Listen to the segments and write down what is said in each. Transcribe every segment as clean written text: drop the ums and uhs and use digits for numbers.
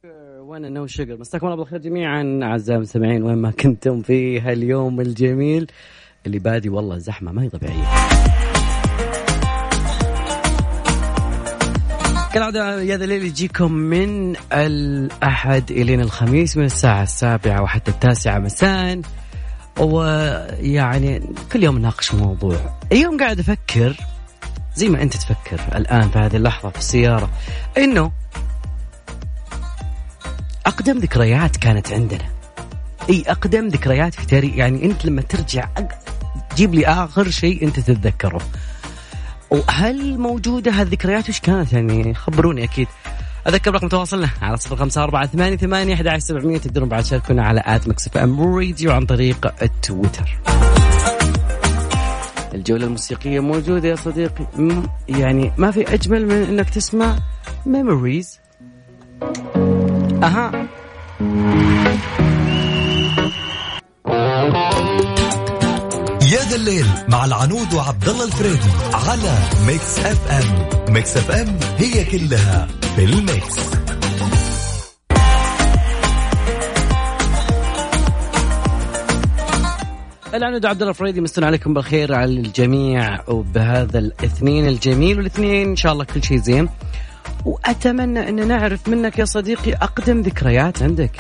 وانا نو شجر. مساكم الله بالخير جميعا اعزائي المستمعين وين ما كنتم في هاليوم الجميل اللي بادي والله زحمه ما هي طبيعيه. كالعادة يا ذا الليل يجيكم من الأحد إلى الخميس من الساعة 7 وحتى 9 مساء، ويعني كل يوم نناقش موضوع. اليوم قاعد أفكر زي ما أنت تفكر الآن في هذه اللحظة في السيارة، إنه أقدم ذكريات كانت عندنا، أقدم ذكريات في تاريخ. يعني أنت لما ترجع جيب لي آخر شيء أنت تتذكره، وهل موجودة هالذكريات وش كانت؟ يعني خبروني. أكيد أذكر رقم تواصلنا على 0548811700. تقدرون بعد تشاركونا على @mixfmradio عن طريق التويتر. الجولة الموسيقية موجودة يا صديقي، يعني ما في أجمل من أنك تسمع memories. أها يا ذا الليل مع العنود وعبد الله الفريدي على ميكس اف ام. ميكس اف ام هي كلها بالميكس. العنود عبد الله الفريدي مستنى عليكم بالخير على الجميع وبهذا الاثنين الجميل، والاثنين ان شاء الله كل شيء زين. واتمنى ان نعرف منك يا صديقي اقدم ذكريات عندك،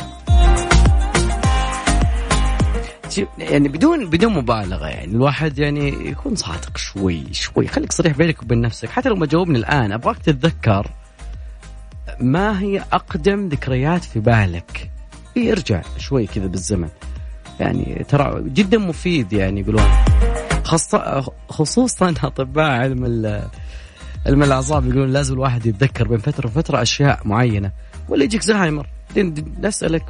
يعني بدون مبالغة. يعني الواحد يعني يكون صادق شوي، خليك صريح بينك وبين نفسك. حتى لو ما جاوبني الآن أبغاك تتذكر ما هي أقدم ذكريات في بالك. يرجع شوي كذا بالزمن، يعني ترى جدا مفيد. يعني يقولون خصوصا أطباء علم الأعصاب يقولون لازم الواحد يتذكر بين فترة وفترة أشياء معينة، ولا يجيك زهايمر. نسألك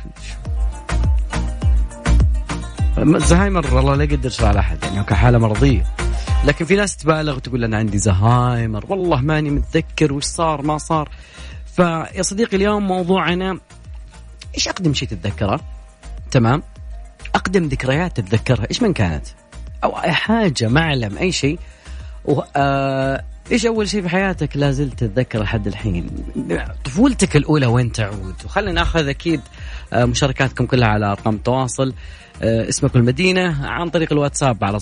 زهايمر الله لا يقدر شر على أحد، يعني كحالة مرضية، لكن في ناس تبالغ وتقول أنا عندي زهايمر والله ماني متذكر وش صار ما صار. فيا صديقي اليوم موضوعنا إيش أقدم شيء تتذكره؟ تمام، أقدم ذكريات تتذكرها إيش من كانت، أو أي حاجة معلم أي شيء. إيش أول شيء في حياتك لازلت تتذكر لحد الحين؟ طفولتك الأولى وين تعود؟ وخلنا نأخذ أكيد مشاركاتكم كلها على أرقام التواصل، اسمك والمدينة عن طريق الواتساب على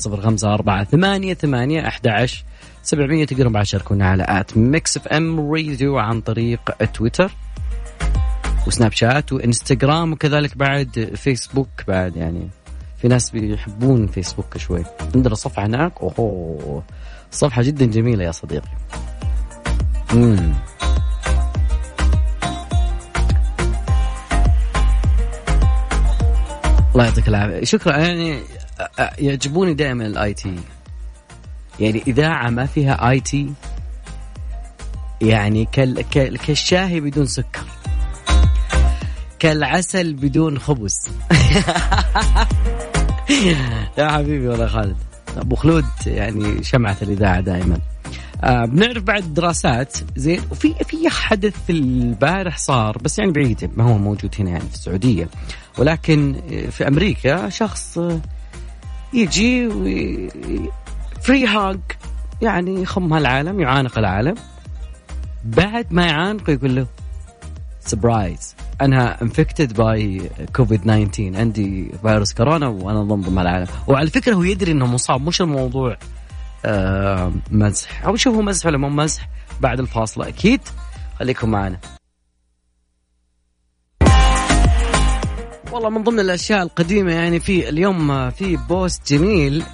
0548811700. تقدرون بعد تشاركونا على @mixfmradio عن طريق تويتر وسناب شات وإنستغرام، وكذلك بعد فيسبوك. بعد يعني في ناس بيحبون فيسبوك شوي، عندنا صفحة هناك، أوه صفحة جدا جميلة يا صديقي. الله يعطيك العافية، شكرا. يعني يعجبوني دائما الاي تي، يعني إذاعة ما فيها اي تي يعني كالشاهي بدون سكر، كالعسل بدون خبز. يا حبيبي والله خالد أبو خلود، يعني شمعة الإذاعة دائما. بنعرف بعد دراسات زين، وفي حدث البارح صار بس يعني بعيد، ما هو موجود هنا يعني في السعودية، ولكن في أمريكا شخص يجي فري هاج، يعني يخم هالعالم، يعانق العالم. بعد ما يعانق يقول له سبرايز، أنا انفكتد باي كوفيد-19، عندي فيروس كورونا وأنا ضمن العالم. وعلى فكرة هو يدري إنه مصاب، مش الموضوع مزح، أو شوفوا مزح ولا مو مزح. بعد الفاصلة أكيد خليكم معنا. والله من ضمن الأشياء القديمة، يعني في اليوم في بوست جميل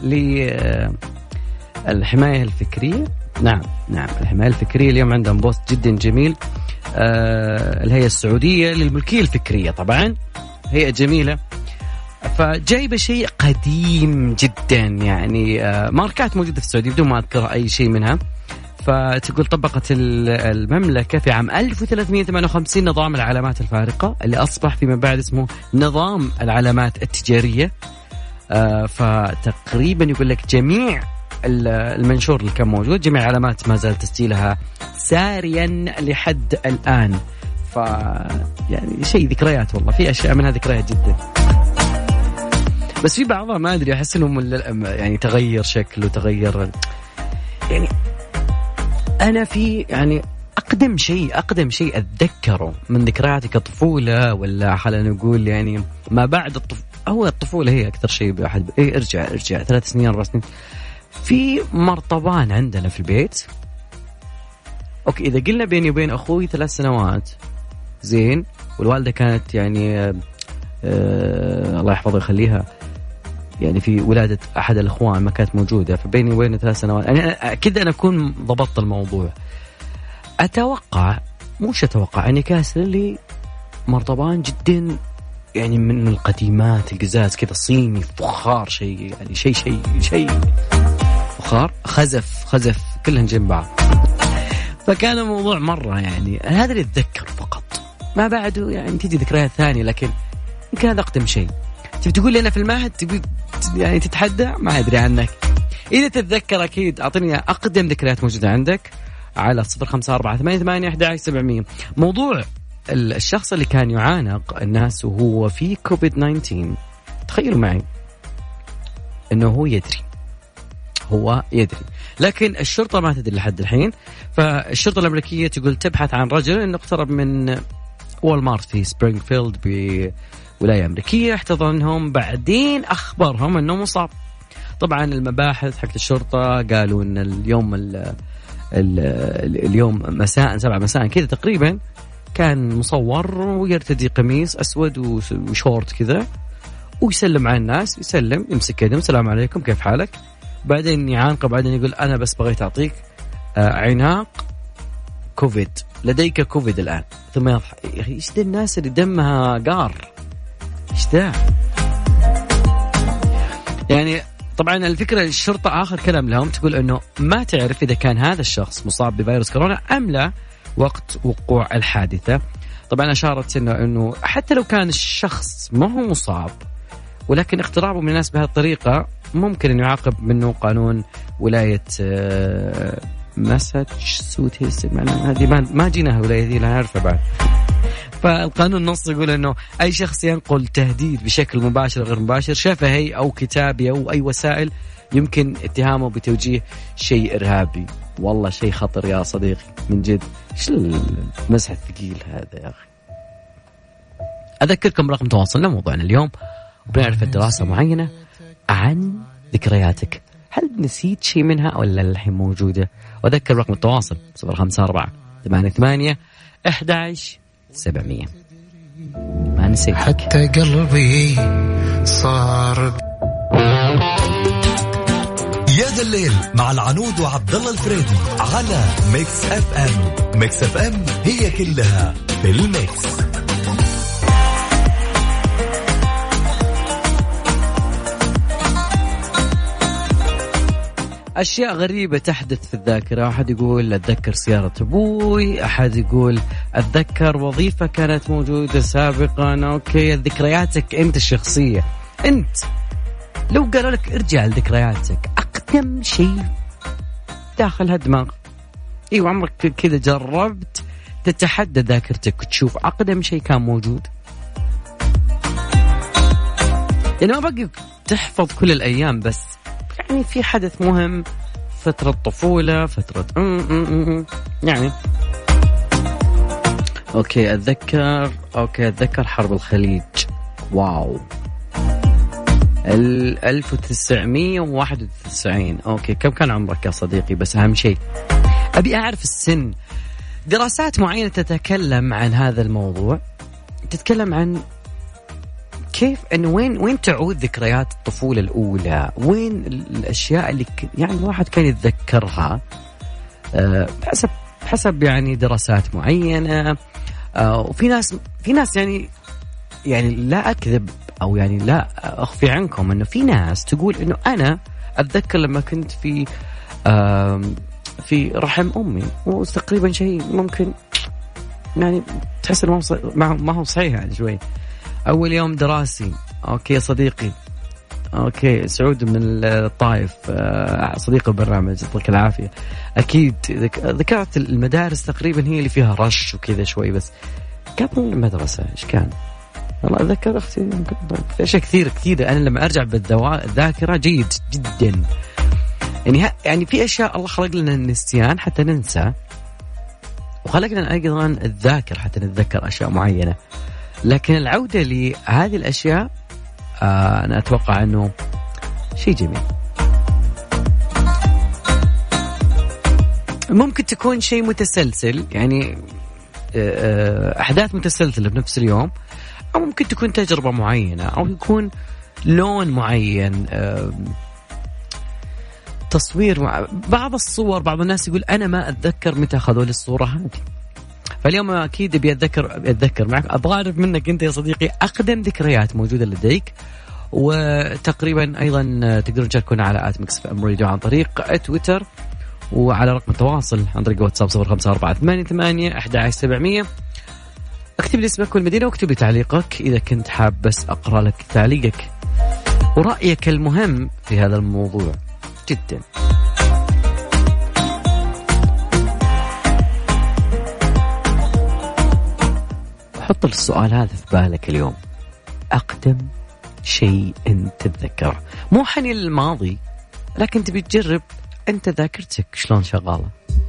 للحماية الفكرية. نعم الحماية الفكرية اليوم عندهم بوست جدا جميل. الهيئة السعودية للملكية الفكرية، طبعا هيئة جميلة، فجايبة شيء قديم جدا، يعني ماركات موجودة في السعودية بدون ما أذكر أي شيء منها. فتقول طبقت المملكة في عام 1358 نظام العلامات الفارقة اللي أصبح فيما بعد اسمه نظام العلامات التجارية. فتقريبا يقول لك جميع المنشور اللي كان موجود، جميع علامات ما زال تسجيلها ساريا لحد الآن. يعني شيء ذكريات، والله في أشياء منها ذكريات جدا، بس في بعضها ما أدري أحس إنه يعني تغير شكله، تغير يعني. أنا في يعني أقدم شيء أتذكره من ذكرياتي كطفولة، ولا خلينا نقول يعني ما بعد هو الطفولة هي أكثر شيء بأحد. ارجع 3 سنين 4 سنين، في مرطبان عندنا في البيت. أوكي إذا قلنا بيني وبين أخوي 3 سنوات زين، والوالدة كانت يعني الله يحفظها ويخليها يعني في ولادة أحد الأخوان ما كانت موجودة، فبيني وبينه 3 سنوات. يعني كده أنا أكون ضبطت الموضوع. أتوقع أني كاسر لي مرطبان جدا يعني من القديمات، القزاز كذا صيني فخار، شيء يعني شيء فخار، خزف كلهن جنب بعض. فكان الموضوع مرة يعني هذا اللي أتذكر فقط، ما بعده يعني تيجي ذكريات ثانية. لكن يمكن هذا أقدم شيء. تبي تقول لي أنا في المعهد، تبي يعني تتحدى، ما أدري عنك. إذا تتذكر أكيد أعطني أقدم ذكريات موجودة عندك على 0548811700. موضوع الشخص اللي كان يعانق الناس وهو في كوفيد-19، تخيلوا معي أنه هو يدري لكن الشرطة ما تدري لحد الحين. فالشرطة الأمريكية تقول تبحث عن رجل أنه اقترب من والمارت في سبرينغفيلد بولاية أمريكية، احتضنهم بعدين أخبرهم أنه مصاب. طبعا المباحث حق الشرطة قالوا أن اليوم مساء 7 مساء كذا تقريبا كان مصور ويرتدي قميص أسود وشورت كذا ويسلم على الناس، يسلم يمسك يدهم، السلام عليكم كيف حالك، بعدين يعانقه، بعدين يقول أنا بس بغيت أعطيك عناق كوفيد، لديك كوفيد الآن. ثم يضحك. يا أخي إيش ده الناس اللي دمها قار، إيش ده يعني. طبعا الفكرة الشرطة آخر كلام لهم تقول أنه ما تعرف إذا كان هذا الشخص مصاب بفيروس كورونا أم لا وقت وقوع الحادثة. طبعا أشارت أنه حتى لو كان الشخص ما هو مصاب ولكن اقترابه من الناس بهذه الطريقة ممكن أن يعاقب منه قانون ولاية ماساتشوستس. هذه ما جينا الولاية دي، لا نعرفها بعد. فالقانون نص يقول أنه أي شخص ينقل تهديد بشكل مباشر غير مباشر، شفهي أو كتابي أو أي وسائل، يمكن اتهامه بتوجيه شيء إرهابي. والله شيء خطر يا صديقي من جد. إيش المزح الثقيل هذا يا أخي. أذكركم رقم تواصلنا موضوعنا اليوم، وبنعرف دراسة معينة عن ذكرياتك، هل نسيت شيء منها ولا الحين موجودة؟ وأذكر رقم التواصل 0548811700. ما نسيت حتى قلبي صار. يا ذا الليل مع العنود وعبد الله الفريدي على ميكس اف ام. ميكس اف ام هي كلها في الميكس. أشياء غريبة تحدث في الذاكرة. أحد يقول أتذكر سيارة أبوي، أحد يقول أتذكر وظيفة كانت موجودة سابقا. أوكي، ذكرياتك أنت الشخصية. أنت لو قالوا لك ارجع لذكرياتك، أقدم شيء داخل هالدماغ، إيوه عمرك كذا جربت تتحدى ذاكرتك وتشوف أقدم شيء كان موجود؟ يعني ما بقي تحفظ كل الأيام، بس يعني في حدث مهم، فترة طفولة، فترة يعني. أوكي أتذكر حرب الخليج. واو 1991. أوكي كم كان عمرك يا صديقي؟ بس أهم شيء أبي أعرف السن. دراسات معينة تتكلم عن هذا الموضوع، تتكلم عن كيف إنه وين تعود ذكريات الطفولة الأولى، وين الأشياء اللي يعني الواحد كان يتذكرها حسب يعني دراسات معينة. وفي ناس يعني لا أكذب أو يعني لا أخفي عنكم إنه في ناس تقول إنه أنا أتذكر لما كنت في رحم أمي، وتقريبا شيء ممكن يعني تحس إنه ما هو صحيح يعني شوي. أول يوم دراسي، أوكي يا صديقي، أوكي سعود من الطائف، صديق البرنامج يعطيك العافية. أكيد ذكرت المدارس تقريبا هي اللي فيها رش وكذا شوي، بس قبل المدرسة إيش كان؟ والله أذكر أختي في أشياء كثير أنا لما أرجع بالذاكرة جيد جدا. يعني في أشياء الله خلق لنا النسيان حتى ننسى، وخلقنا أيضا الذاكر حتى نتذكر أشياء معينة. لكن العودة لهذه الأشياء أنا أتوقع أنه شيء جميل. ممكن تكون شيء متسلسل، يعني أحداث متسلسلة بنفس اليوم، أو ممكن تكون تجربة معينة، أو يكون لون معين، تصوير بعض الصور. بعض الناس يقول أنا ما أتذكر متى أخذوا لي الصورة هذه. فاليوم أكيد أتذكر معك. أبغى أعرف منك أنت يا صديقي أقدم ذكريات موجودة لديك، وتقريبا أيضا تقدرون تشاركونا على @mixfmradio عن طريق تويتر، وعلى رقم التواصل عن طريق واتساب 0548811700. اكتب لي اسمك والمدينة واكتب لي تعليقك إذا كنت حاب بس أقرأ لك تعليقك ورأيك المهم في هذا الموضوع جدا. حط السؤال هذا في بالك اليوم، أقدم شيء أنت تتذكره، مو حنين الماضي، لكن تبي تجرب أنت ذاكرتك شلون شغالة.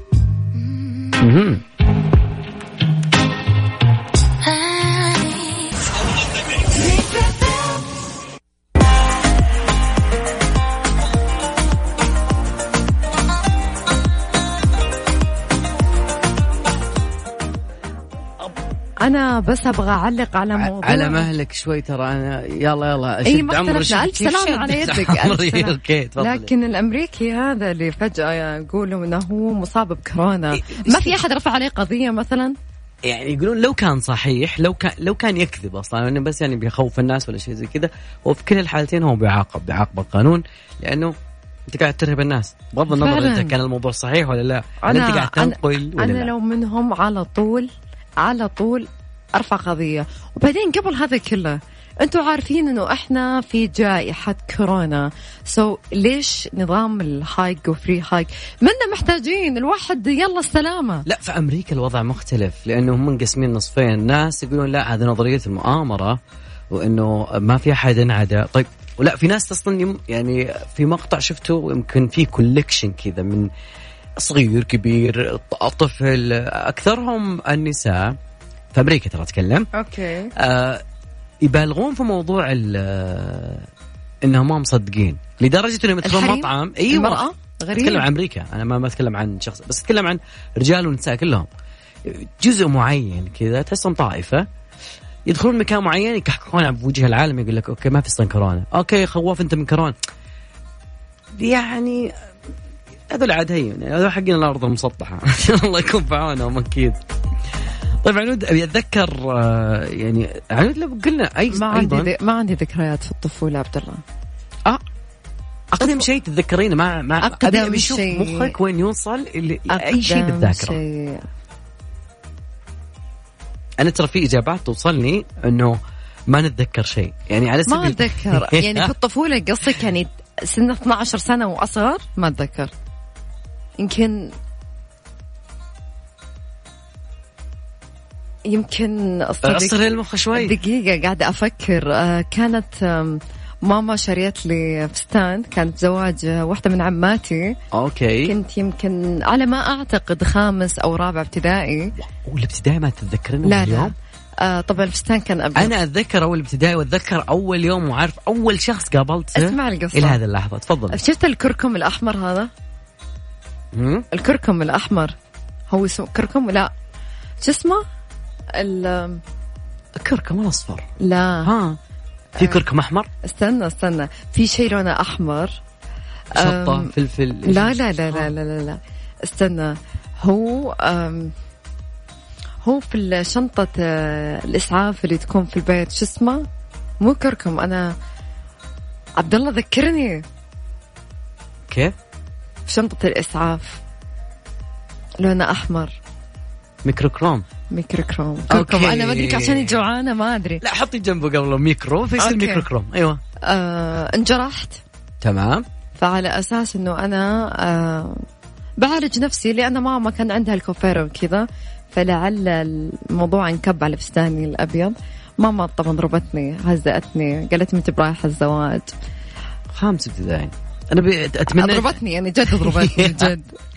أنا بس أبغى أعلق على موضوع. على مهلك شوي ترى أنا يلا أي مختلفنا. ألف سلام على يدك. أوكي لكن الأمريكي هذا اللي فجأة يقولوا إنه هو مصاب بكورونا، ما في أحد رفع عليه قضية مثلا؟ يعني يقولون لو كان صحيح، لو كان يكذب أصلا، يعني بس يعني بيخوف الناس ولا شيء زي كذا، وفي كل الحالتين هو بيعاقب القانون، لأنه أنت قاعد ترهب الناس بغض النظر إذا كان الموضوع صحيح ولا لا. أنت قاعد تنقل ولا أنا لا. لو منهم على طول أرفع قضية. وبعدين قبل هذا كله أنتوا عارفين أنه إحنا في جائحة كورونا، ليش نظام الهايك وفري هايك منا محتاجين الواحد يلا السلامة؟ لا، في أمريكا الوضع مختلف، لأنه هم منقسمين نصفين. ناس يقولون لا هذه نظرية المؤامرة وأنه ما في أحد انعدى. طيب، ولا في ناس أصلا يعني في مقطع شفته يمكن في كولكشن كذا من صغير كبير طفل، أكثرهم النساء في أمريكا ترى أتكلم. أوكي. يبالغون في موضوع إنهم ما مصدقين لدرجة إنهم يدخلون مطعم. أيوة، المرأة غريبة. أتكلم عن أمريكا، أنا ما أتكلم عن شخص، بس أتكلم عن رجال ونساء كلهم. جزء معين كذا تحسهم طائفة يدخلون مكان معين يكحكون بوجه العالم، يقول لك أوكي ما في صن كورونا، أوكي خواف أنت من كورونا. يعني هذول عاد هين، هذول حقين الأرض المسطحة. الله يكون في عونهم أكيد. طيب عنود، أبي أتذكر يعني عنود لو قلنا ما عندي ذكريات في الطفولة عبد الله. أقدم شيء تتذكرينه مع أبي أشوف مخك وين يوصل أي شيء بالذاكرة. أنا ترى في إجابات توصلني إنه ما نتذكر شيء، يعني على سبيل ما أتذكر. يعني في الطفولة قصدك يعني سنة 12 سنة وأصغر ما أتذكر. يمكن أصغر المخ شوي. دقيقة قاعدة أفكر. كانت ماما شريت لي فستان، كانت زواج واحدة من عماتي. أوكي. كنت يمكن على ما أعتقد 5 أو 4 ابتدائي. والابتدائي ما تتذكرين؟ لا اليوم؟ لا. طبعا الفستان كان أبيض. أنا أتذكر أول ابتدائي، وأتذكر أول يوم وعارف أول شخص قابلته. اسمع القصة إلى هذه اللحظة. تفضل. شفت الكركم الأحمر هذا؟ الكركم الأحمر هو اسمه كركم؟ لا، شو اسمه؟ الكركم الأصفر. لا، في كركم أحمر. استنى في شيء لونه أحمر، شطة، فلفل. لا لا لا لا لا لا، استنى. هو في شنطة الإسعاف اللي تكون في البيت. شو اسمه؟ مو كركم. أنا عبد الله ذكرني. كيف؟ في شنطة الإسعاف لونه أحمر. ميكروكروم. كركم. أنا ما أدري عشان جوعانة ما أدري. لا، حطي جنبه قبله ميكرو فيصير ميكروكروم. أيوة. انجرحت. تمام. فعلى أساس إنه أنا بعالج نفسي، لأن ماما كان عندها الكوفيرة وكذا، فلعل الموضوع انكب على فستاني الأبيض. ماما طبعا ضربتني، هزأتني، قالت لي أنت برايحة الزواج. 5 ابتدائي. أنا أتمنى ضربتني، يعني جد ضربتني جد.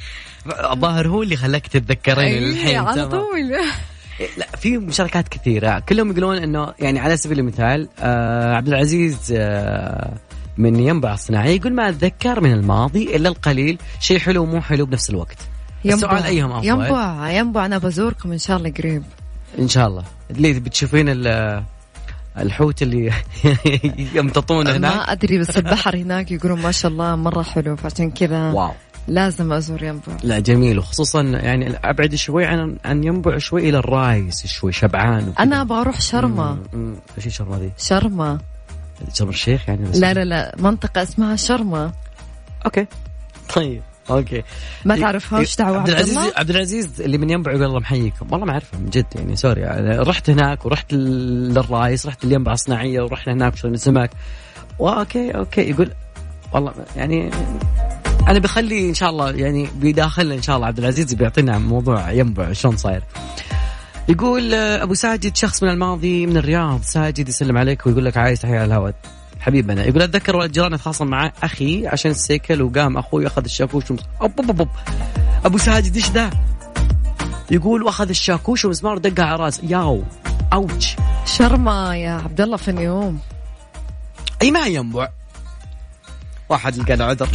الظاهر هو اللي خلاك تتذكرين الحين على طول. لا في مشاركات كثيرة كلهم يقولون إنه يعني على سبيل المثال عبد العزيز من ينبع الصناعي يقول ما أتذكر من الماضي إلا القليل، شيء حلو ومو حلو بنفس الوقت. السؤال أيهم أفضل؟ ينبع أنا بزوركم إن شاء الله قريب إن شاء الله. اللي بتشوفين الحوت اللي يمتطون هناك ما أدري، بس البحر هناك يقولون ما شاء الله مرة حلو، فعشان كذا واو لازم أزور ينبع. لا جميل، وخصوصا يعني أبعد شوي عن ينبع شوي إلى الرايس شوي شبعان وكذا. أنا بروح شرمة. إيش شرمة دي؟ شرم الشيخ يعني. لا منطقة اسمها شرمة. أوكي طيب أوكي ما تعرفها وش دعوة عبد العزيز اللي من ينبع يقول الله محييكم. والله ما أعرفه من جد يعني سوري يعني رحت هناك ورحت للرايس، رحت الينبع الصناعية ورحنا هناك شلون السمك. أوكي يقول والله يعني أنا بخلي إن شاء الله يعني بداخل إن شاء الله عبد العزيز بيعطينا موضوع ينبع شلون صاير. يقول أبو ساجد شخص من الماضي من الرياض، ساجد يسلم عليك ويقول لك عايز تحية على الهواء حبيبنا. يقول أتذكر ولد جيران اتخاصم مع أخي عشان السيكل وقام أخوي أخذ الشاكوش أبو ساجد إيش ذا؟ يقول وأخذ الشاكوش ومسمار دقها على راس ياو أوتش. شرمة يا عبد الله في اليوم أي ما ينبع واحد لقى عذر.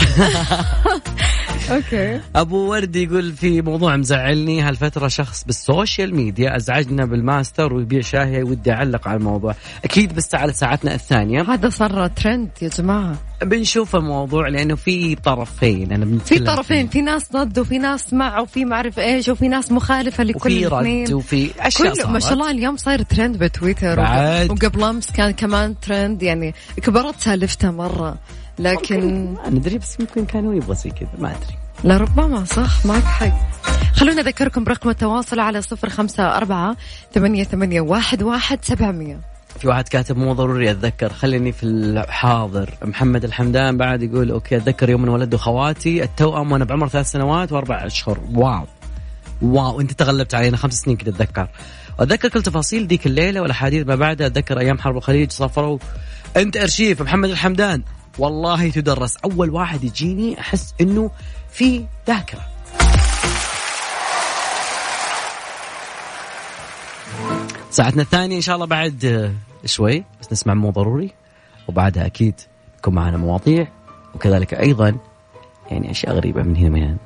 اوكي. ابو ورد يقول في موضوع مزعلني هالفتره، شخص بالسوشيال ميديا ازعجنا بالماستر ويبيع شاهي، ودي اعلق على الموضوع. اكيد بس على ساعتنا الثانيه، هذا صار ترند يا جماعه. بنشوف الموضوع لانه في طرفين، انا بنتكلم في طرفين، في ناس ضد وفي ناس مع وفي ما اعرف ايش وفي ناس مخالفه لكل الاثنين وفي اشياء صارت. ما شاء الله اليوم صاير ترند بتويتر وقبل امس كان كمان ترند، يعني كبرت سالفته مره. لكن ندري بس يمكن كانوا يبغى زي كذا ما أدري. لا ربما صح معك حق. خلونا أذكركم برقم التواصل على 0548811700. في واحد كاتب مو ضروري أتذكر، خليني في الحاضر. محمد الحمدان بعد يقول أوكي أتذكر يوم من ولدوا خواتي التوأم وأنا بعمر 3 سنوات و4 أشهر. واو أنت تغلبت علينا 5 سنين كده أتذكر، وأتذكر كل تفاصيل ديك الليلة والأحاديث ما بعدها. أتذكر أيام حرب الخليج صفروا. أنت أرشيف محمد الحمدان والله تدرس. أول واحد يجيني أحس إنه في ذاكرة. ساعتنا الثانية إن شاء الله بعد شوي، بس نسمع مو ضروري، وبعدها أكيد يكون معنا مواضيع وكذلك أيضا يعني أشياء غريبة من هنا من هنا.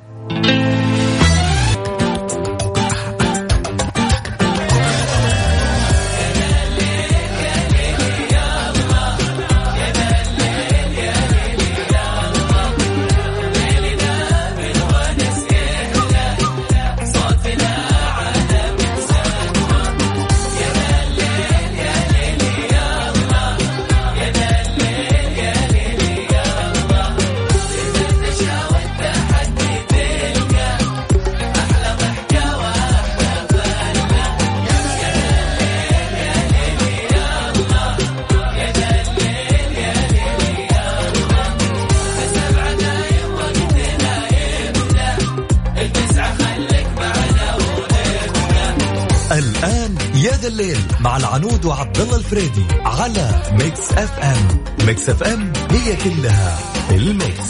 الآن يا ذا الليل مع العنود وعبد الله الفريدي على ميكس اف ام. ميكس اف ام هي كلها الميكس.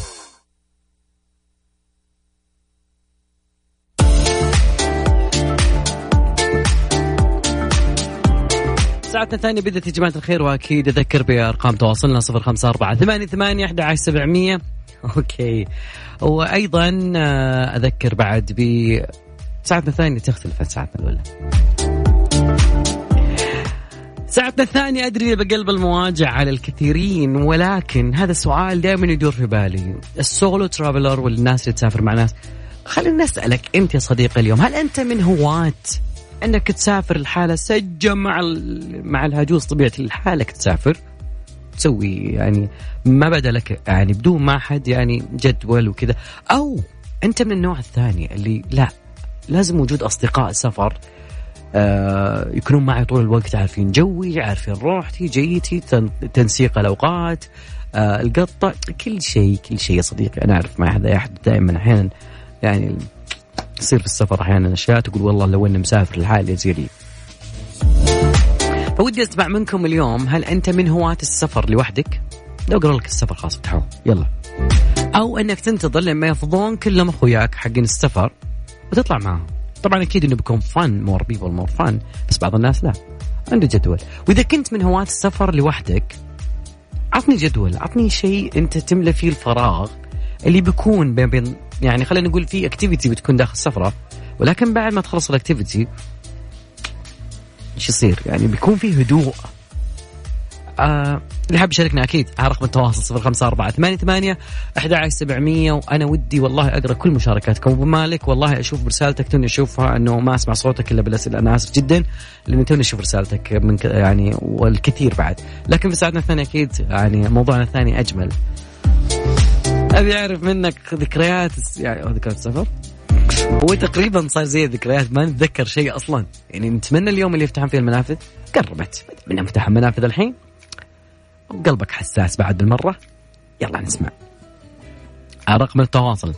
ساعتنا الثانية بدأت يا جماعة الخير، وأكيد أذكر بأرقام تواصلنا 0548811700. أوكي. وأيضا أذكر بعد ساعتنا الثانية تختلف عن ساعتنا الأولى. ساعتنا الثانية أدري بقلب المواجع على الكثيرين، ولكن هذا السؤال دائما يدور في بالي. السولو ترافلر والناس اللي تسافر مع ناس، خلينا نسألك أنت يا صديقي اليوم، هل أنت من هواة أنك تسافر الحالة سجة مع الهجوز طبيعتي لحالك تسافر تسوي يعني ما بدا لك يعني بدون ما حد يعني جدول وكذا، أو أنت من النوع الثاني اللي لا لازم وجود أصدقاء سفر يكونون معي طول الوقت، عارفين جوي، عارفين روحتي جيتي، تنسيق الأوقات، القطة، كل شيء يا صديقي. أنا أعرف مع هذا أحد دائما أحيانا يعني يصير في السفر أحيانا أشياء تقول والله لو أني مسافر الحال يزيري. فودي أسمع منكم اليوم، هل أنت من هواة السفر لوحدك؟ لو أقرأ لك السفر خاص بتحاول يلا. أو أنك تنتظر لما يفضون كلهم أخوياك حقين السفر وتطلع معهم. طبعا أكيد أنه بيكون فن، مور بيبل مور فن، بس بعض الناس لا، عنده جدول. وإذا كنت من هواة السفر لوحدك، عطني جدول، عطني شيء أنت تملى فيه الفراغ اللي بيكون بين يعني خلينا نقول في اكتيفيتي بتكون داخل السفرة، ولكن بعد ما تخلص الاكتيفيتي ايش يصير؟ يعني بيكون فيه هدوء. اللي حاب يشاركنا أكيد على رقم التواصل 0548811700. وأنا ودي والله أقرأ كل مشاركاتكم، وبمالك والله أشوف برسالتك توني أشوفها أنه ما أسمع صوتك إلا بالأسئلة. أنا آسف جدا لأن توني أشوف رسالتك من يعني والكثير بعد، لكن في ساعتنا الثانية أكيد يعني موضوعنا الثاني أجمل. أبي أعرف منك ذكريات يعني ذكريات السفر. هو تقريبا صار زي الذكريات، ما نتذكر شيء أصلا. يعني نتمنى اليوم اللي يفتحون فيه المنافذ، قربت من افتح المنافذ الحين وقلبك حساس بعد بالمرة. يلا نسمع رقم التواصل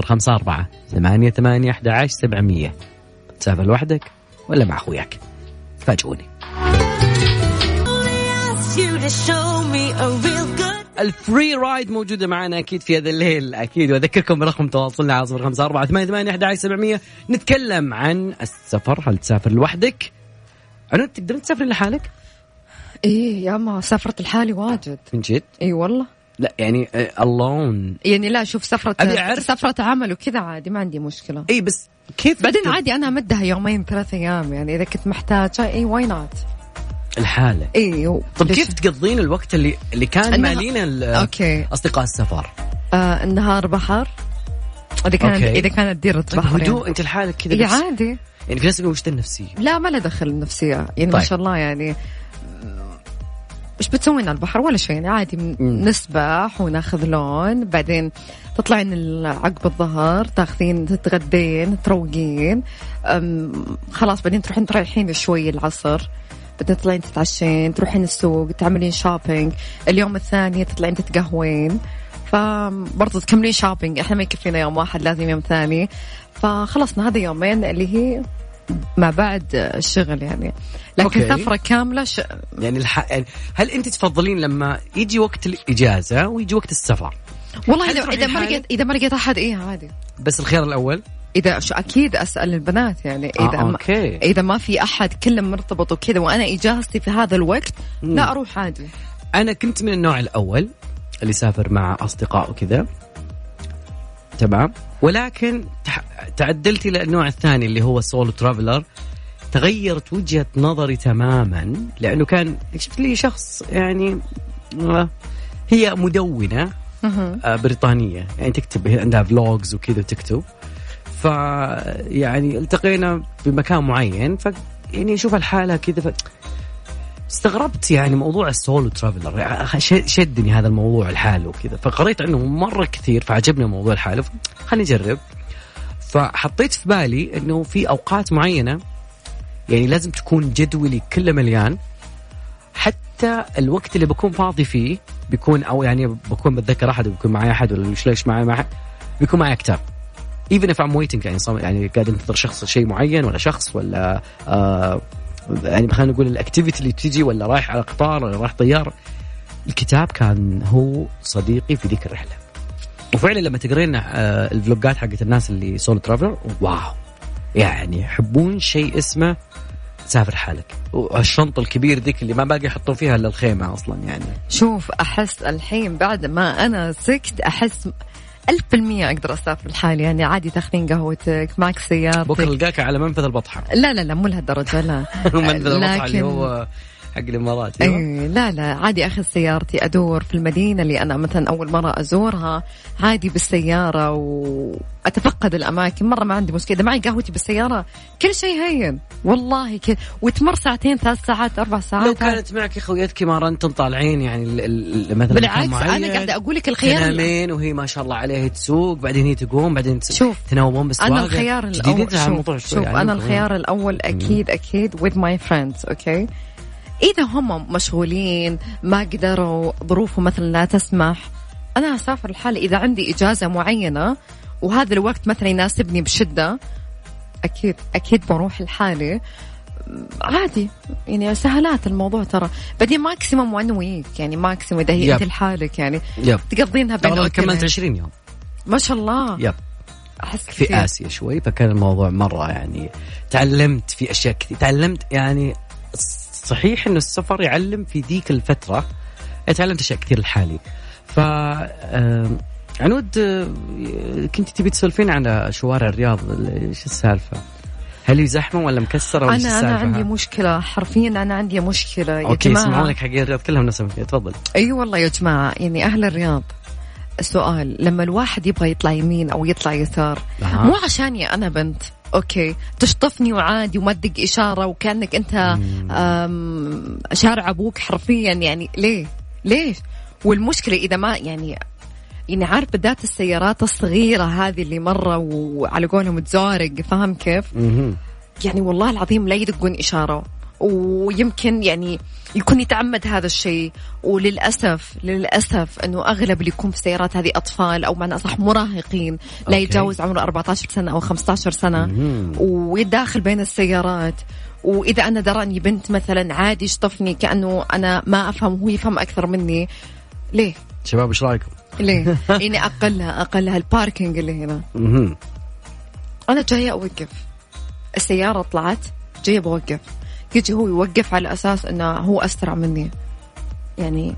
0548811700. تسافر لوحدك ولا مع أخوياك؟ فاجئوني. الفري رايد موجودة معنا أكيد في هذا الليل أكيد، وأذكركم برقم تواصلنا على 0548811700. نتكلم عن السفر. هل تسافر لوحدك؟ أنا تقدر تسافر لحالك؟ إيه يا ما سافرت لحالي واجد. من جد؟ إيه والله. لا يعني alone يعني لا شوف سفرة عمل وكذا عادي ما عندي مشكلة. إيه بس كيف بعدين عادي أنا أمدها 2-3 أيام يعني إذا كنت محتاجة. إيه واي نوت الحالة. إيه طب كيف تقضين الوقت اللي كان مالين أصدقاء السفر؟ النهار بحر إذا كانت ديرة بحر هدوء يعني. أنت الحالة كذا إيه عادي يعني. في ناس يقولوا وش النفسية؟ لا ما له دخل النفسية يعني. ما شاء الله يعني مش بتسوين على البحر ولا شيء يعني عادي. نسبح وناخذ لون، بعدين تطلعين عقب الظهر تاخذين تتغدين تروقين، خلاص بعدين تروحين تريحين شوي العصر، بعدين تطلعين تتعشين، تروحين السوق تعملين شوبينج. اليوم الثاني تطلعين تتقهوين، فبرضه تكملين شوبينج. احنا ما يكفينا يوم واحد، لازم يوم ثاني. فخلصنا هذا يومين اللي هي ما بعد الشغل يعني. لكن سفرة كاملة يعني يعني هل أنت تفضلين لما يجي وقت الإجازة ويجي وقت السفر؟ والله إذا ما لقيت أحد إيه عادي. بس الخيار الأول إذا أكيد أسأل البنات يعني إذا ما في أحد كله مرتبط وكذا وأنا إجازتي في هذا الوقت لا أروح عادي. أنا كنت من النوع الأول اللي سافر مع أصدقاء وكذا تمام، ولكن تعدلت إلى النوع الثاني اللي هو سولو ترافلر. تغيرت وجهة نظري تماما، لأنه كان شفت لي شخص يعني هي مدونة بريطانية يعني تكتب عندها فلوجز وكذا وتكتب، يعني التقينا بمكان معين يعني أشوف الحالة كذا استغربت يعني موضوع السولو ترافلر شدني هذا الموضوع الحالة وكذا، فقريت عنه مرة كثير فعجبني موضوع الحالة خلني أجرب. فحطيت في بالي أنه في أوقات معينة يعني لازم تكون جدولي كله مليان، حتى الوقت اللي بكون فاضي فيه بيكون أو يعني بكون بتذكر أحد وبيكون معي أحد ولا ليش معي أحد بيكون معي كتاب even if I'm waiting يعني قاعد انتظر شخص شيء معين ولا شخص ولا يعني خلينا نقول الاكتيفيتي اللي تيجي ولا رايح على قطار ولا رايح طيارة، الكتاب كان هو صديقي في ذيك الرحلة. وفعلا لما تقرين الفلوجات حقت الناس اللي سولو ترافلر واو يعني يحبون شيء اسمه سافر حالك، والشنطة الكبير ذيك اللي ما باقي يحطون فيها إلا الخيمة أصلا يعني. شوف أحس الحين بعد ما أنا سكت أحس 1000% أقدر أسافر لحالي يعني عادي. تاخذين قهوتك معك سيارتك بكرة لقاك على منفذ البطحة. لا مو لهالدرجة لا منفذ البطحة اللي هو حق الإمارات. لا عادي أخذ سيارتي أدور في المدينة اللي أنا مثلا أول مرة أزورها عادي بالسيارة وأتفقد الأماكن مرة ما عندي مشكلة. إذا معي قهوتي بالسيارة كل شيء هين والله وتمر 2 3 ساعات 4 ساعات. لو كانت معك خويتك ما أنتم طالعين يعني مثلا بالعكس أنا قاعدة أقول لك الخيار تنامين وهي ما شاء الله عليها تسوق بعدين هي تقوم بعدين تناوبون بس أنا الخيار الأول شوف يعني أنا الخيار الأول أكيد with my friends okay. إذا هم مشغولين ما قدروا ظروفهم مثلا لا تسمح أنا أسافر لحالي. إذا عندي إجازة معينة وهذا الوقت مثلا يناسبني بشدة أكيد بروح لحالي. عادي يعني سهلات الموضوع ترى. بعدين ماكسيموم 1 ويك يعني ماكسيموم إذا هي أنت لحالك يعني تقضينها بين كملت 20 يوم ما شاء الله. أحس في آسيا شوي فكان الموضوع مرة يعني تعلمت في أشياء كثير. تعلمت يعني صحيح إنه السفر يعلم في ذيك الفترة تعلمت أشياء كثير لحالي. عنود كنت تبي تسولفين على شوارع الرياض إيش السالفة؟ هل هي زحمة ولا مكسرة ولا أنا عندي مشكلة حرفيا أنا عندي مشكلة يا أوكي جماعة. اسمعونك حق الرياض كلهم نسمع فيها تفضل. أي والله يا جماعة يعني أهل الرياض السؤال لما الواحد يبغى يطلع يمين أو يطلع يسار مو عشاني أنا بنت أوكي تشطفني وعادي وما تدق إشارة وكأنك أنت شارع أبوك حرفيا يعني ليش والمشكلة إذا ما يعني عارف بالذات السيارات الصغيرة هذه اللي مرة وعلى قولهم تزارق فاهم كيف يعني والله العظيم لا يدقون إشارة ويمكن يعني يكون يتعمد هذا الشيء. وللأسف أنه أغلب اللي يكون في السيارات هذه أطفال أو معنى أصح مراهقين لا يتجاوز عمره 14 سنة أو 15 سنة ويداخل بين السيارات. وإذا أنا دراني بنت مثلا عادي يشطفني كأنه أنا ما أفهم وهو يفهم أكثر مني. ليه شباب إيش رأيكم؟ ليه يعني أقلها الباركينج اللي هنا أنا جاية أوقف السيارة طلعت جاية بوقف يجي هو يوقف على أساس أنه هو أسرع مني يعني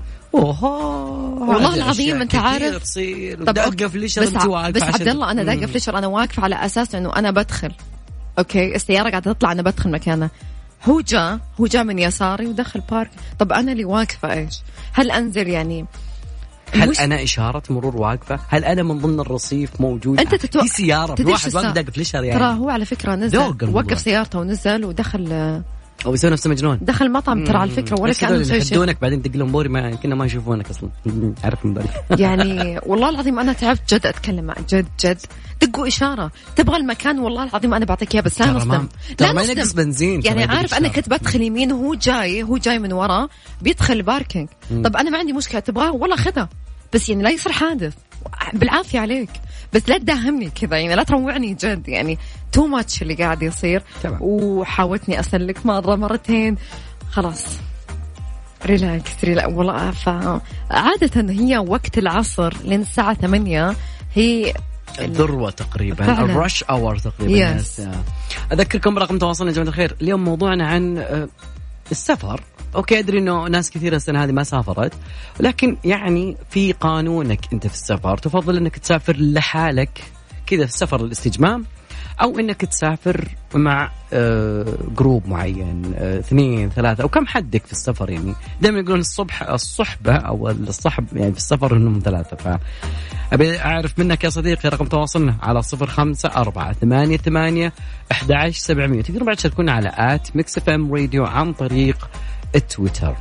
والله العظيم أنت عارف طب أوقف ليش بس عبد الله أنا داقف ليش أنا واقف على أساس أنه أنا بدخل أوكي السيارة قاعدة تطلع أنا بدخل مكانه هو جاء من يساري ودخل بارك. طب أنا اللي واقفة إيش هل أنزل يعني هل أنا إشارة مرور واقفة؟ هل أنا من ضمن الرصيف موجود؟ أنت في سيارة في واحد واقف داقف ليش يعني؟ ترى هو على فكرة نزل وقف سيارته ونزل ودخل أو يسوي نفسه مجنون دخل مطعم ترى على فكرة ولا كأنه شيء يحدونك بعدين تدق لهم بوري ما كنا ما يشوفونك أصلا عارف من بالي يعني والله العظيم أنا تعبت جد أتكلم مع جد دقوا إشارة تبغى المكان والله العظيم أنا بعطيك إياه بس لا نصدم لا ما ينقص بنزين يعني عارف أنا كنت بدخل يمين وهو جاي من ورا بيدخل الباركينج طب أنا ما عندي مشكلة تبغاه والله خذها بس يعني لا يصير حادث بالعافية عليك بس لا تداهمني كذا يعني لا تروعني جد يعني تو ماتش اللي قاعد يصير وحاولتني أسلك مرتين خلاص ريلاكس والله عادة هي وقت العصر لين الساعة 8 هي الذروة تقريبا الرش أور تقريبا أذكركم برقم تواصلنا يا جماعة الخير. اليوم موضوعنا عن السفر. أوكي أدري إنه ناس كثيرة السنة هذه ما سافرت ثلاثين يعني في قانونك أنت في السفر تفضل إنك تسافر لحالك كذا في السفر للاستجمام أو إنك تسافر مع جروب معين 2 3 أو كم حدك في السفر يعني دائما يقولون الصحبة أو الصحب يعني في السفر إنهم 3. فأبي أعرف منك يا صديقي رقم تواصلنا على 0548811700 تقدروا بعد تشاركونا على @mixfmradio عن طريق التويتر.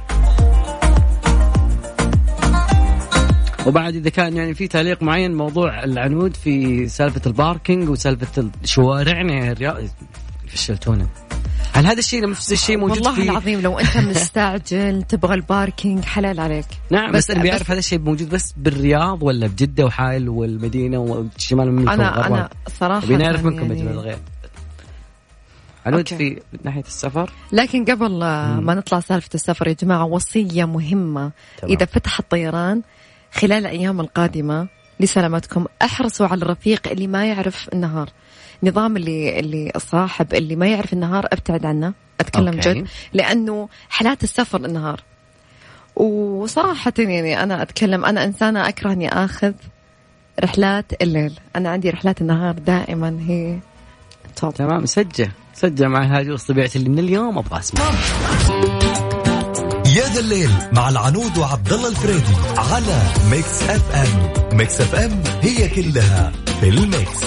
وبعد إذا كان يعني في تعليق معين موضوع العنود في سالفة الباركينج وسالفة شوارعنا الرياض فشلتونا. هل هذا الشيء نفس الشيء موجود والله في العظيم لو أنت مستعجل تبغى الباركينج حلال عليك. نعم بس أنا بيعرف هذا الشيء موجود بس بالرياض ولا بجدة وحائل والمدينة وشمال المملكة أنا صراحة بنعرف منكم يعني الغير عنود في ناحية السفر. لكن قبل ما نطلع سالفة السفر يا جماعة وصية مهمة طبعا. إذا فتح الطيران خلال الأيام القادمة لسلامتكم احرصوا على الرفيق اللي ما يعرف النهار. نظام اللي الصاحب اللي ما يعرف النهار ابتعد عنه أتكلم جد لأنه حالات السفر النهار. وصراحة يعني أنا أتكلم أنا إنسانة أكره أني أخذ رحلات الليل. أنا عندي رحلات النهار دائما هي توب. تمام سجل مع هذه الطبيعة اللي من اليوم أبغى أسمع يا ذا الليل مع العنود وعبد الله الفريدي على ميكس اف ام. ميكس اف ام هي كلها في الميكس.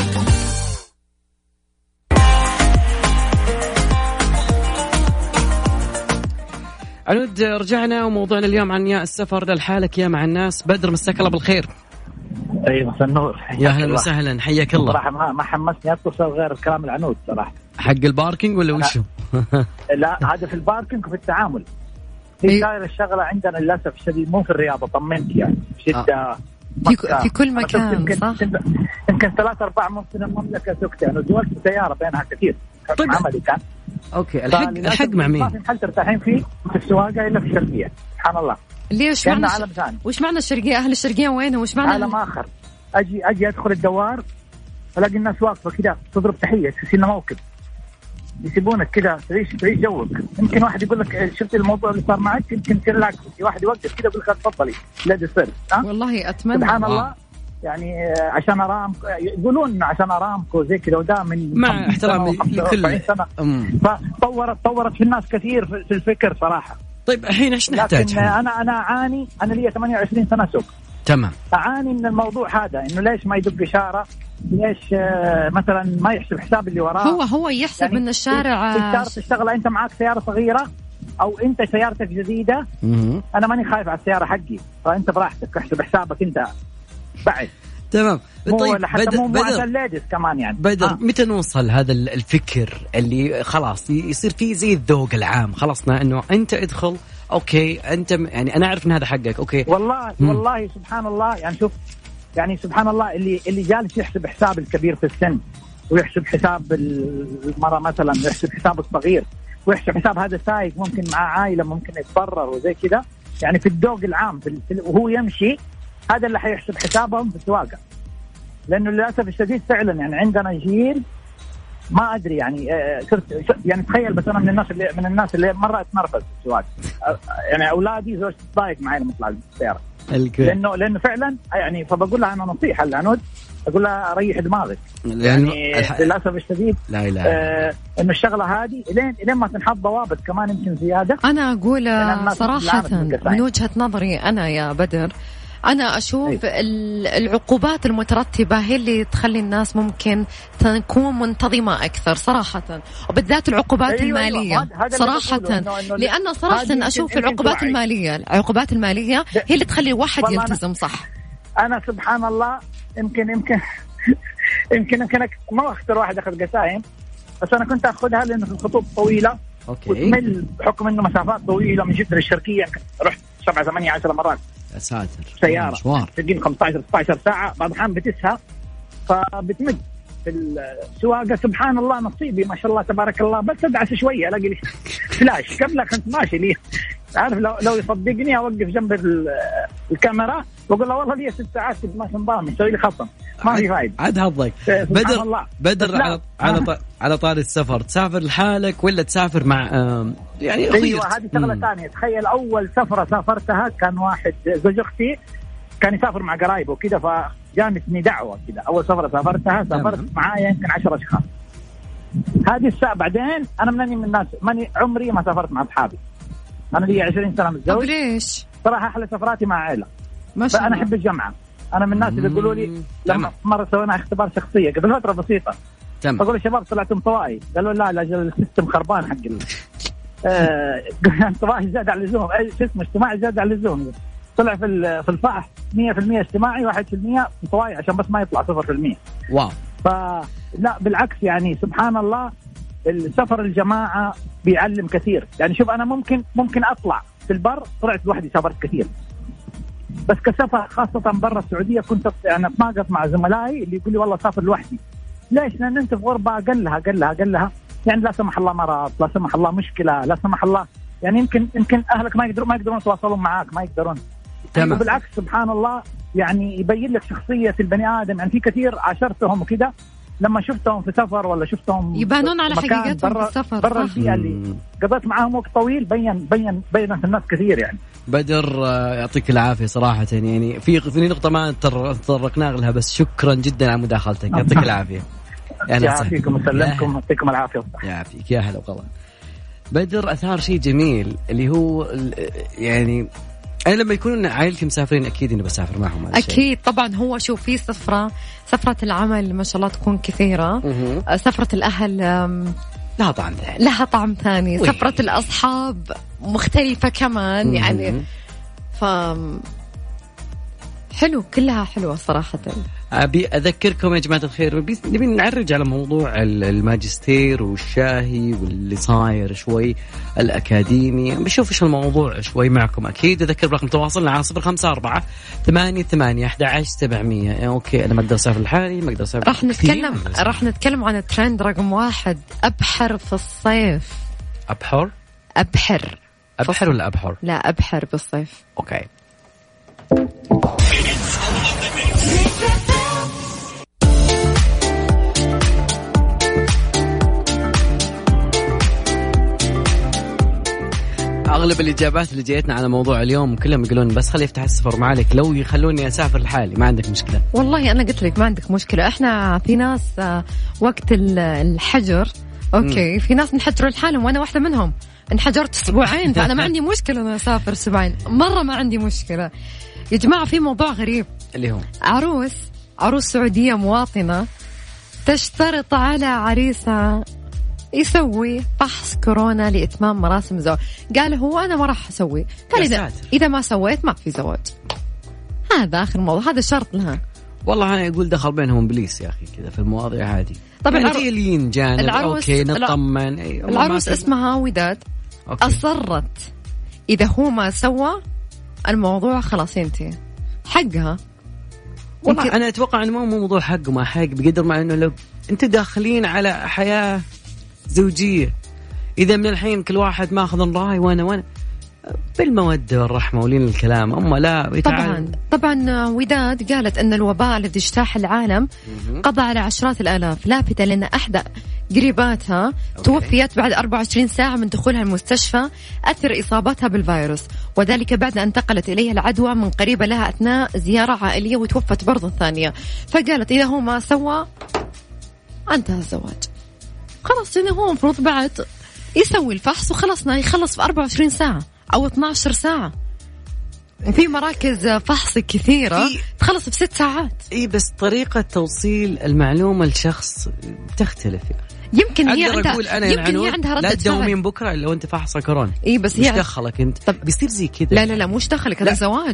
عنود رجعنا وموضوعنا اليوم عن يا السفر للحالك يا مع الناس. بدر مساك الله بالخير. ايوه مساء النور. يا اهلا وسهلا حياك الله. صراحه ما حمسني اتصل غير كلام العنود صراحه. حق الباركينج ولا وشو؟ لا هذا في الباركينج وفي التعامل. في داير الشغله عندنا للاسف الشديد مو في الرياضه طمنت يعني بشده في كل مكان صح. يمكن 3-4 ممكن المملكه سكتة. انا دولت سياره بينها كثير. طيب عملي كان اوكي الحق مع مين؟ ما في محل ترتاحين فيه في السواقه الا في الشرقيه. سبحان الله. ليش معنى وش معنى الشرقيه؟ اهل الشرقيه وين؟ وش معنى عالم اخر؟ اجي ادخل الدوار الاقي الناس واقفه كذا تضرب تحيه، تحس انه موكب، يسيبونك كذا تعيش جوك. يمكن واحد يقول لك شفت الموضوع اللي صار معك، يمكن تلاقي واحد يوقف كذا يقول لك تفضلي لا تصير. والله اتمنى سبحان الله. يعني عشان ارامكو يقولون عشان ارامكو زي كذا، وده من مع احترامي لكل سنه فطورت في الناس كثير في الفكر صراحه. طيب الحين ايش نحتاج؟ انا اعاني، انا لي 28 سنه سوق. تمام. اعاني من الموضوع هذا، انه ليش ما يدق اشاره، ليش مثلا ما يحسب حساب اللي وراه. هو يحسب يعني من الشارع. تشتغل انت معك سياره صغيره او انت سيارتك جديده، انا ماني خايف على السياره حقي، فانت براحتك احسب حسابك انت بعد. تمام. طيب بدر الليديز كمان يعني بدر متى نوصل هذا الفكر اللي خلاص يصير فيه زي الذوق العام، خلصنا انه انت ادخل اوكي انت يعني انا اعرف ان هذا حقك اوكي. والله سبحان الله. يعني شوف، يعني سبحان الله اللي جالس يحسب حساب الكبير في السن، ويحسب حساب المرأة مثلا، ويحسب حساب الصغير، ويحسب حساب هذا سايق ممكن مع عائلة ممكن يتضرر وزي كذا، يعني في الذوق العام وهو يمشي، هذا اللي حيحسب حسابهم في السواقة. لأنه للأسف الشديد فعلا يعني عندنا جيل ما أدري يعني يعني تخيل، بس أنا من الناس اللي مرة أتنرفز في السواقة. يعني أولادي زوجتي تضايق معي لما أطلع بالسيارة، لأنه فعلا يعني، فبقول لها أنا نصيحة العنود، أقول لها ريح دماغك. يعني للأسف الشديد لا إنه الشغلة هذه لين ما تنحط ضوابط كمان يمكن زيادة. أنا أقول صراحة من وجهة نظري أنا يا بدر، أنا أشوف العقوبات المترتبة هي اللي تخلي الناس ممكن تكون منتظمة أكثر صراحة، وبالذات العقوبات المالية صراحة. لأن صراحة أشوف العقوبات المالية هي اللي تخلي الواحد يلتزم صح. أنا سبحان الله يمكن ما أختار واحد أخذ قسائم، بس أنا كنت أخذها لأنه في الخطوط طويلة وتمل بحكم إنه مسافات طويلة من جدة للشرقية، رحت 7 8 10 مرات. يا ساتر. سيارة تجيب 15 16 ساعة، بعض الأحيان بتسهى فبتمد في السواقة. سبحان الله نصيبي ما شاء الله تبارك الله، بس أدعس شوية ألاقي لي فلاش قبلها كنت ماشي لي، عارف لو يصدقني أوقف جنب الكاميرا وأقول له والله لي 6 ساعات كنت ماشي نظامي، يسوي لي خطأ ما في فايدة. عاد حظك. بدر على طاري السفر، تسافر لحالك ولا تسافر مع يعني أيوة هذه شغلة ثانية. تخيل أول سفرة سافرتها كان واحد زوج أختي كان يسافر مع قرايبه وكذا، فجانتني دعوة كذا. أول سفرة سافرت معايا يمكن 10 أشخاص. هذه الساعة بعدين أنا من الناس ماني عمري ما سافرت مع أصحابي، أنا لي 20 سنة متزوج. ليش؟ صراحة أحلى سفراتي مع عائلة، فأنا أحب الجمعة. أنا من الناس اللي يقولوا لي لما مرة سوينا اختبار شخصية قبل فترة بسيطة، فقولوا الشباب طلعتم طوائي، قالوا لا السيستم خربان حق انطوائي زاد على اللزوم، شو اسمه اجتماعي زاد على اللزوم. طلع في الفحص 100% اجتماعي 1% انطوائي عشان بس ما يطلع 0%. واو. فلا بالعكس يعني سبحان الله السفر الجماعة بيعلم كثير. يعني شوف أنا ممكن أطلع في البر، طلعت لوحدي سافرت كثير، بس كسفر خاصة برا السعودية كنت يعني أتناقض مع زملائي اللي يقول لي والله سافر لوحدي. ليش؟ لأن أنت في غربة قال لها يعني لا سمح الله مرض، لا سمح الله مشكلة، لا سمح الله يعني يمكن أهلك ما يقدرون يتواصلون معاك، ما يقدرون. تمام. وبالعكس سبحان الله يعني يبين لك شخصية البني آدم. يعني في كثير عاشرتهم وكذا لما شفتهم في سفر ولا شفتهم يبانون على حقيقتهم في السفر برا البيئة اللي قضيت معاهم وقت طويل، بينت الناس كثير. يعني بدر يعطيك العافية صراحة، يعني في نقطة ما تطرقنا لها، بس شكرا جدا على مداخلتك. يعطيك العافية. يعافيكم وسلمكم، يعطيكم العافية. يعافيك يا هلا وغلا. بدر أثار شيء جميل اللي هو يعني أنا لما يكون عائلتي مسافرين أكيد إني بسافر معهم. أكيد طبعا. هو شوف في سفرة العمل ما شاء الله تكون كثيرة، سفرة الأهل لها طعم ثاني، سفرة الأصحاب مختلفة كمان. يعني حلو، كلها حلوة صراحة. أبي أذكركم يا جماعة الخير، نبي نعرج على موضوع الماجستير والشاهي واللي صاير شوي الأكاديمي، بشوف إيش الموضوع شوي معكم. أكيد أذكر برقم تواصلنا على 0548811700. أوكي أنا ما أقدر أسافر الحالي، ما أقدر أسافر. راح نتكلم عن الترند رقم 1، أبحر في الصيف. أبحر ولا أبحر؟ لا أبحر بالصيف. أوكي. أغلب الإجابات اللي جيتنا على موضوع اليوم كلهم يقولون بس خلي يفتح السفر معك، لو يخلوني أسافر لحالي ما عندك مشكلة. والله أنا قلت لك ما عندك مشكلة. إحنا في ناس وقت الحجر أوكي في ناس انحجروا لحالهم وأنا واحدة منهم، انحجرت أسبوعين فأنا ما عندي مشكلة أنا أسافر أسبوعين، مرة ما عندي مشكلة. يا جماعة في موضوع غريب اللي هو عروس سعودية مواطنة تشترط على عريسها يسوي فحص كورونا لإتمام مراسم الزواج. قال هو أنا ما راح أسوي، قال إذا ما سويت ما في زواج. هذا آخر موضوع، هذا شرط لها. والله أنا يقول دخل بينهم بليس يا أخي كذا في المواضيع هذه. طبعا متيلين جانب أوكي نطمن. العروس اسمها وداد أوكي. أصرت إذا هو ما سوى الموضوع خلاص ينتهي، حقها. والله أنا أتوقع أنه مو موضوع حق وما حق، بقدر ما أنه لو أنت داخلين على حياة زوجية، إذا من الحين كل واحد ماخذ الرأي وأنا بالمودة والرحمة ولين الكلام، أما لا طبعا وداد قالت أن الوباء الذي اجتاح العالم قضى على عشرات الآلاف، لافتة لأن أحدى قريباتها توفيت بعد 24 ساعة من دخولها المستشفى أثر إصابتها بالفيروس، وذلك بعد أن انتقلت إليها العدوى من قريبة لها أثناء زيارة عائلية وتوفت برضه ثانية. فقالت إذا هو ما سوى انتهى الزواج خلاص، إنه هو مفروض بعد يسوي الفحص وخلصنا، يخلص في 24 ساعة أو 12 ساعة. في مراكز فحص كثيرة تخلص في 6 ساعات. إيه بس طريقة توصيل المعلومة للشخص تختلف. يمكن هي عندها ردة لا تدومين بكرة إلا وأنت فحصة كورونا. إيه بس مش دخلك أنت. طب بيصير زي كذا. لا مش دخلك، هذا زواج.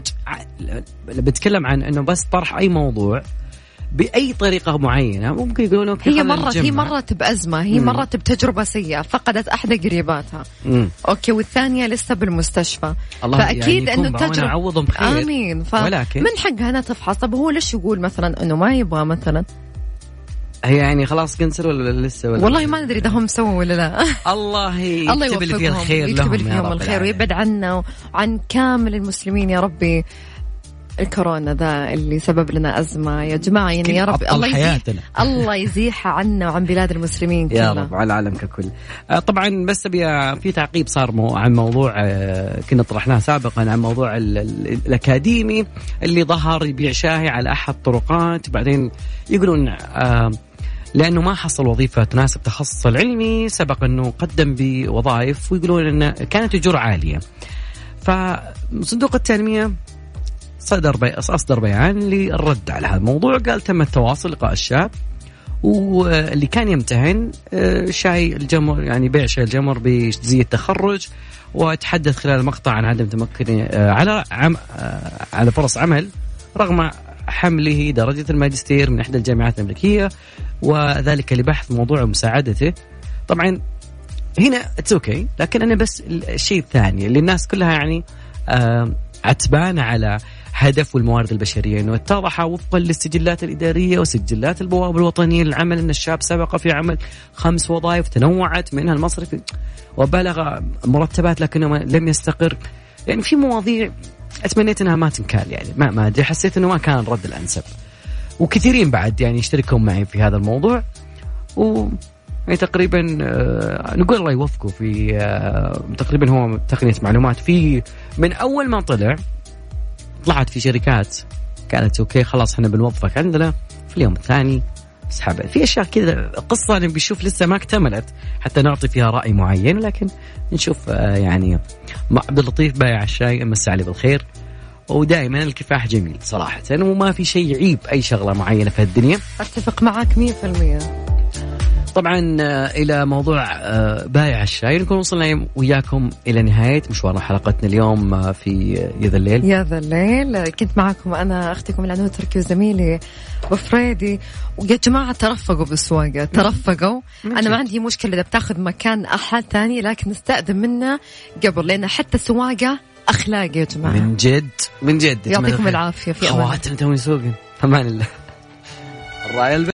بتكلم عن إنه بس طرح أي موضوع بأي طريقة معينة ممكن يقولون أوكي. هي مرت بأزمة، هي مرت بتجربة سيئة، فقدت أحدى قريباتها أوكي، والثانية لسه بالمستشفى. فأكيد يعني إنه تجربة عوضهم بخير. آمين. من حقها أنا تفحص. طب هو ليش يقول مثلا إنه ما يبغى مثلا؟ هي يعني خلاص كنسل ولا لسه والله ما ندري إذا هم سووا ولا لا. الله يكتب لي فيها الخير لهم، يكتب لهم الخير ويبعد عنا وعن كامل المسلمين يا ربي. الكورونا ذا اللي سبب لنا أزمة يا جماعة، يعني يا رب الله يزيحها عنا وعن بلاد المسلمين يا رب على العالم ككل. طبعا بس في تعقيب صار عن موضوع كنا طرحناه سابقا، عن موضوع الأكاديمي اللي ظهر يبيع شاهي على أحد الطرقات، وبعدين يقولون لأنه ما حصل وظيفة تناسب تخصص العلمي، سبق أنه قدم بوظائف، ويقولون أنه كانت أجور عالية. فصندوق التنمية أصدر بيان للرد على هذا الموضوع. قال تم التواصل لقاء الشاب واللي كان يمتهن شاي الجمر، يعني بيع شاي الجمر بجزية التخرج، وتحدث خلال المقطع عن عدم تمكنه على فرص عمل رغم حمله درجة الماجستير من إحدى الجامعات الأمريكية، وذلك لبحث موضوع مساعدته. طبعا هنا أوكي، لكن أنا بس الشيء الثاني اللي الناس كلها يعني عتبان على هدف والموارد البشرية، أنه اتضح وفقا للسجلات الإدارية وسجلات البوابة الوطنية للعمل أن الشاب سبق في عمل 5 وظائف تنوعت منها المصرفي وبلغ مرتبات لكنه لم يستقر. يعني في مواضيع أتمنيت أنها ما تنكال، يعني ما أدري، حسيت أنه ما كان الرد الأنسب، وكثيرين بعد يعني يشتركون معي في هذا الموضوع، يعني تقريبا نقول الله يوفقه في تقريبا هو تقنية معلومات. في من أول ما طلعت في شركات كانت أوكي خلاص احنا بنوظفك عندنا، في اليوم الثاني سحبت. في أشياء كذا قصة أنا بشوف لسه ما اكتملت حتى نعطي فيها رأي معين، لكن نشوف يعني عبد اللطيف بايع الشاي مسا عليه بالخير، ودائما الكفاح جميل صراحة، وما في شيء يعيب أي شغلة معينة في الدنيا. أتفق معك 100%. طبعا إلى موضوع بائع الشاي نكون وصلنا وياكم إلى نهاية مشوار حلقتنا اليوم في يا ذا الليل. يا ذا الليل كنت معكم أنا أختكم العنود تركي وزميلي بفريدي. ويا جماعة ترفقوا بالسواقة، ترفقوا. أنا ما عندي مشكلة إذا بتاخذ مكان أحد ثاني، لكن نستأذن منه قبل، لأن حتى السواقة أخلاق يا جماعة. من جد من جد. يعطيكم العافية. في أمان. خواتنا توي سوقن. أمان الله. الرأي